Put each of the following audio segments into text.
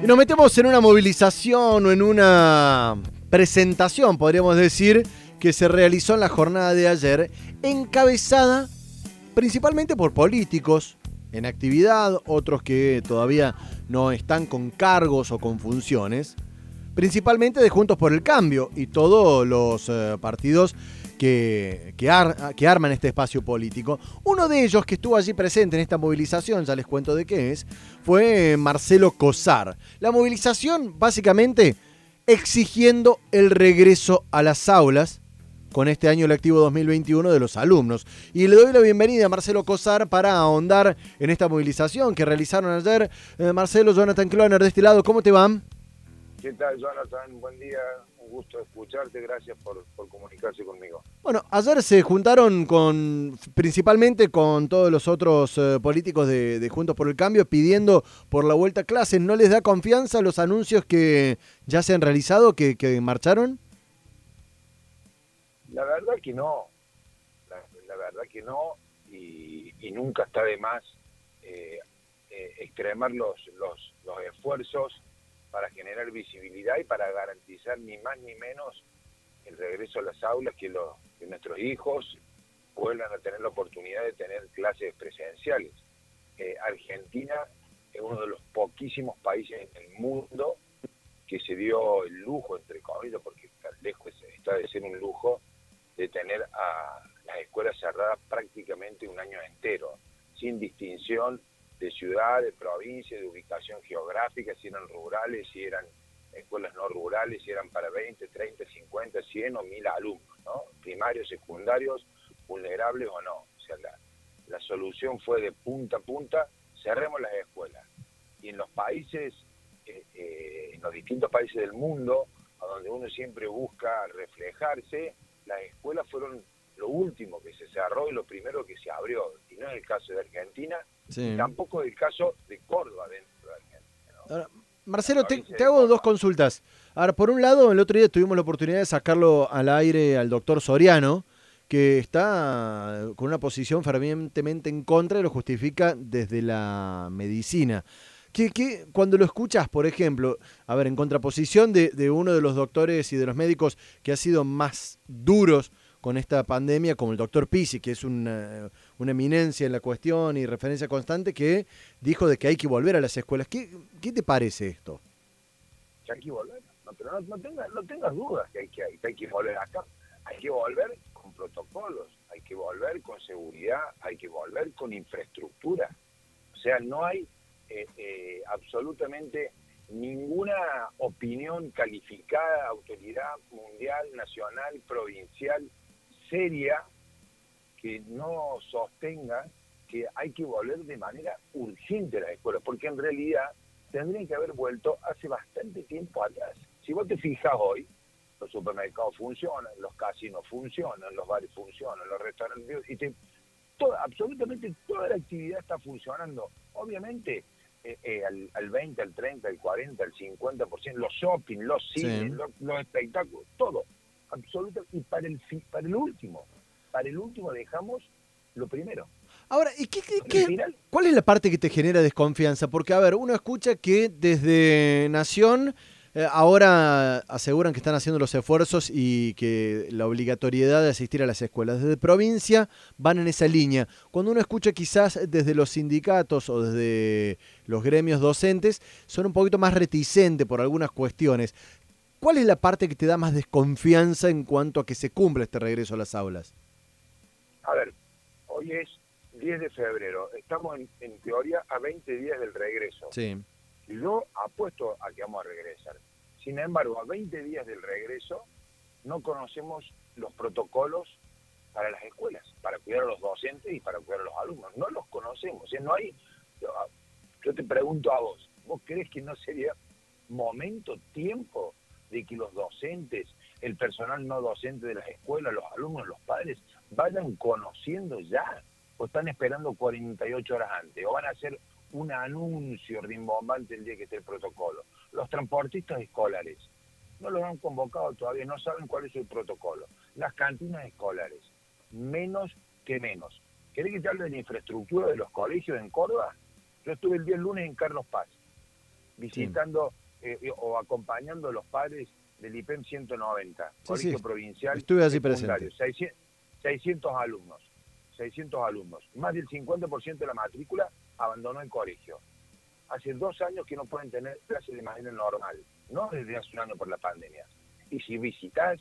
Y nos metemos en una movilización o en una presentación, podríamos decir, que se realizó en la jornada de ayer, encabezada principalmente por políticos en actividad, otros que todavía no están con cargos o con funciones, principalmente de Juntos por el Cambio y todos los partidos que arman este espacio político. Uno de ellos que estuvo allí presente en esta movilización, ya les cuento de qué es, fue Marcelo Cosar. La movilización básicamente exigiendo el regreso a las aulas con este año lectivo 2021 de los alumnos. Y le doy la bienvenida a Marcelo Cosar para ahondar en esta movilización que realizaron ayer. Marcelo, Jonathan Cloner de este lado, ¿cómo te van? ¿Qué tal, Jonathan? Buen día, un gusto escucharte, gracias por comunicarse conmigo. Bueno, ayer se juntaron principalmente con todos los otros políticos de Juntos por el Cambio pidiendo por la vuelta a clases. ¿No les da confianza los anuncios que ya se han realizado, que marcharon? La verdad que no, la verdad que no, y nunca está de más extremar los esfuerzos para generar visibilidad y para garantizar ni más ni menos el regreso a las aulas, que nuestros hijos vuelvan a tener la oportunidad de tener clases presenciales. Argentina es uno de los poquísimos países en el mundo que se dio el lujo, entre comillas, porque tan lejos está de ser un lujo, de tener a las escuelas cerradas prácticamente un año entero, sin distinción de ciudad, de provincia, de ubicación geográfica, si eran rurales, si eran escuelas no rurales, si eran para 20, 30, 50, 100 o 1000 alumnos, ¿no? Primarios, secundarios, vulnerables o no. O sea, la solución fue de punta a punta, cerremos las escuelas. Y en los países, en los distintos países del mundo, a donde uno siempre busca reflejarse, las escuelas fueron lo último que se cerró y lo primero que se abrió. Y no es el caso de Argentina, sí. Tampoco es el caso de Córdoba dentro de Argentina, ¿no? Ahora, Marcelo, te hago dos consultas. Ahora, por un lado, el otro día tuvimos la oportunidad de sacarlo al aire al doctor Soriano, que está con una posición fervientemente en contra y lo justifica desde la medicina. Que cuando lo escuchas, por ejemplo, a ver, en contraposición de uno de los doctores y de los médicos que ha sido más duros con esta pandemia, como el doctor Pisi, que es una eminencia en la cuestión y referencia constante, que dijo de que hay que volver a las escuelas. ¿Qué te parece esto? Que hay que volver, pero no tengas dudas que hay que volver acá. Hay que volver con protocolos, hay que volver con seguridad, hay que volver con infraestructura. O sea, no hay absolutamente ninguna opinión calificada, autoridad mundial, nacional, provincial, seria, que no sostenga que hay que volver de manera urgente a las escuelas, porque en realidad tendrían que haber vuelto hace bastante tiempo atrás. Si vos te fijas hoy, los supermercados funcionan, los casinos funcionan, los bares funcionan, los restaurantes, absolutamente toda la actividad está funcionando. Obviamente, al 20, al 30, al 40, al 50%, los shopping, los cines, sí. los espectáculos, todo, absolutamente. Y para el último dejamos lo primero. Ahora, ¿y cuál es la parte que te genera desconfianza? Porque, a ver, uno escucha que desde Nación ahora aseguran que están haciendo los esfuerzos y que la obligatoriedad de asistir a las escuelas. Desde provincia van en esa línea. Cuando uno escucha quizás desde los sindicatos o desde los gremios docentes, son un poquito más reticentes por algunas cuestiones. ¿Cuál es la parte que te da más desconfianza en cuanto a que se cumpla este regreso a las aulas? A ver, hoy es 10 de febrero. Estamos en teoría a 20 días del regreso. Sí. Yo apuesto a que vamos a regresar. Sin embargo, a 20 días del regreso no conocemos los protocolos para las escuelas, para cuidar a los docentes y para cuidar a los alumnos. No los conocemos. O sea, no hay. Yo te pregunto a vos, ¿vos crees que no sería momento, tiempo de que los docentes, el personal no docente de las escuelas, los alumnos, los padres, vayan conociendo ya? ¿O están esperando 48 horas antes? ¿O van a hacer un anuncio rimbombante el día que esté el protocolo? Los transportistas escolares no los han convocado todavía, no saben cuál es el protocolo. Las cantinas escolares, menos que menos. ¿Querés que te hable de la infraestructura de los colegios en Córdoba? Yo estuve el día lunes en Carlos Paz. visitando o acompañando a los padres del IPEM 190, Colegio Provincial. Estuve allí presente. 600 alumnos. Más del 50% de la matrícula abandonó el colegio. Hace 2 años que no pueden tener clases de manera normal, no desde hace un año por la pandemia. Y si visitas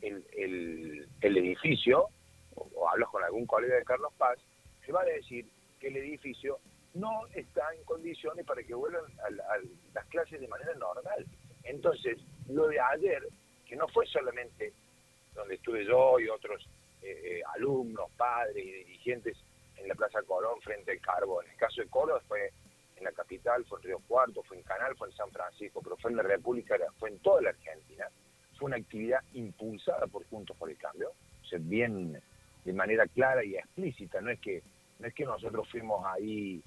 el edificio, o hablas con algún colega de Carlos Paz, te va a decir que el edificio no está en condiciones para que vuelvan a las clases de manera normal. Entonces, lo de ayer, que no fue solamente donde estuve yo y otros alumnos, padres y dirigentes en la Plaza Colón frente al Carbón. En el caso de Córdoba fue en la capital, fue en Río Cuarto, fue en Canal, fue en San Francisco, pero fue en la República, fue en toda la Argentina. Fue una actividad impulsada por Juntos por el Cambio, o sea, bien de manera clara y explícita. No es que nosotros fuimos ahí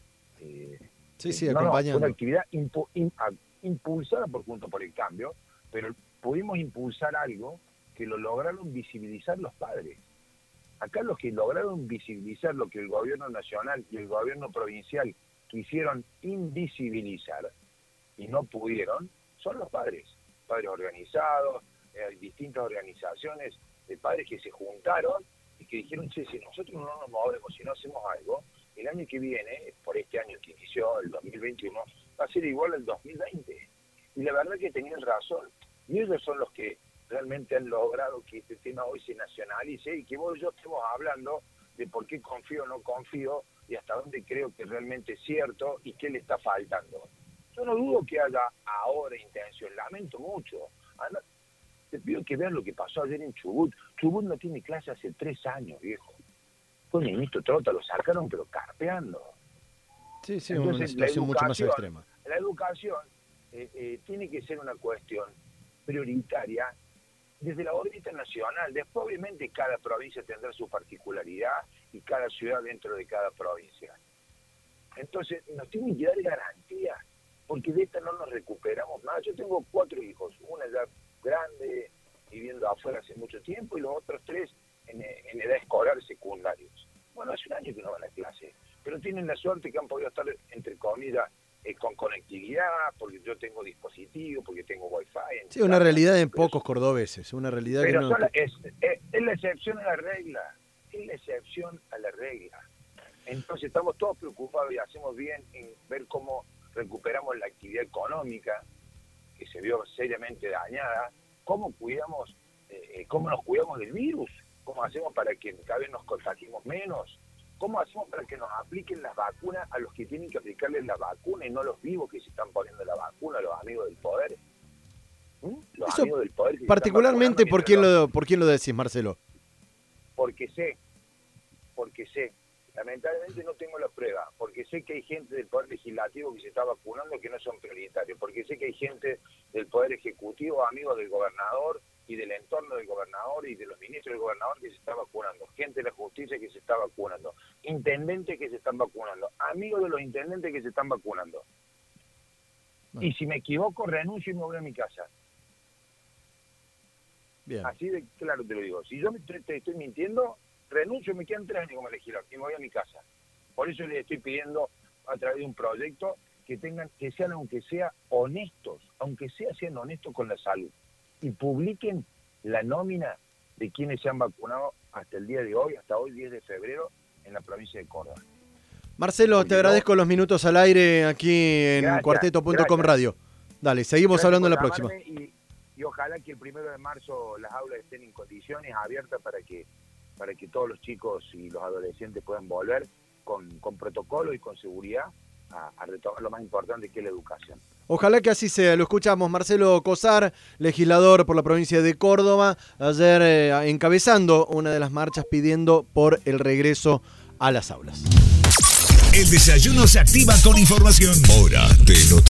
acompañando. Fue una actividad impulsada por Juntos por el Cambio, pero pudimos impulsar algo que lo lograron visibilizar los padres. Acá los que lograron visibilizar lo que el gobierno nacional y el gobierno provincial quisieron invisibilizar y no pudieron, son los padres organizados, distintas organizaciones de padres que se juntaron y que dijeron, si nosotros no nos movemos, si no hacemos algo, el año que viene, por este año que inició el 2021, va a ser igual al 2020. Y la verdad que tenían razón. Y ellos son los que realmente han logrado que este tema hoy se nacionalice y que vos y yo estemos hablando de por qué confío o no confío y hasta dónde creo que realmente es cierto y qué le está faltando. Yo no dudo que haya ahora intención, lamento mucho. Te pido que vean lo que pasó ayer en Chubut. Chubut no tiene clase hace 3 años, viejo. Fue el ministro Trota, lo sacaron pero carpeando. Sí, entonces, una situación mucho más extrema. La educación tiene que ser una cuestión prioritaria desde la órbita nacional. Después, obviamente, cada provincia tendrá su particularidad y cada ciudad dentro de cada provincia. Entonces, nos tienen que dar garantías, porque de esta no nos recuperamos más. Yo tengo 4 hijos, una ya grande, viviendo afuera hace mucho tiempo, y los otros 3 en edad escolar secundarios. Bueno, hace un año que no van a clase, pero tienen la suerte que han podido estar, entre comillas, con conectividad, porque yo tengo dispositivo, porque tengo wifi. Sí, una realidad en pocos cordobeses, una realidad pero que no... es la excepción a la regla, Entonces estamos todos preocupados y hacemos bien en ver cómo recuperamos la actividad económica, que se vio seriamente dañada, cómo nos cuidamos del virus, cómo hacemos para que cada vez nos contagiemos menos, cómo hacemos para que nos apliquen las vacunas a los que tienen que aplicarles la vacuna y no los vivos que se están poniendo la vacuna, los amigos del poder. Los amigos del poder que particularmente, ¿por quién lo decís, Marcelo? Porque sé, lamentablemente no tengo la prueba, porque sé que hay gente del Poder Legislativo que se está vacunando que no son prioritarios, porque sé que hay gente del Poder Ejecutivo, amigos del gobernador y del entorno del gobernador y de los ministros del gobernador que se está vacunando, gente de la justicia que se está vacunando, intendentes que se están vacunando, amigos de los intendentes que se están vacunando. Bueno. Y si me equivoco, renuncio y me voy a mi casa. Bien. Así de claro te lo digo. Si yo te estoy mintiendo, renuncio, me quedan 3 años como legislador y me voy a mi casa. Por eso les estoy pidiendo a través de un proyecto que sean aunque sea honestos, sean honestos con la salud y publiquen la nómina de quienes se han vacunado hasta el día de hoy, hasta hoy 10 de febrero en la provincia de Córdoba. Marcelo, te agradezco los minutos al aire aquí en Cuarteto.com Radio. Dale, seguimos hablando en la próxima. Y ojalá que el 1 de marzo las aulas estén en condiciones abiertas para que todos los chicos y los adolescentes puedan volver con protocolo y con seguridad a retomar lo más importante, que es la educación. Ojalá que así sea. Lo escuchamos, Marcelo Cosar, legislador por la provincia de Córdoba, ayer encabezando una de las marchas pidiendo por el regreso a las aulas. El desayuno se activa con información. Hora de noticias.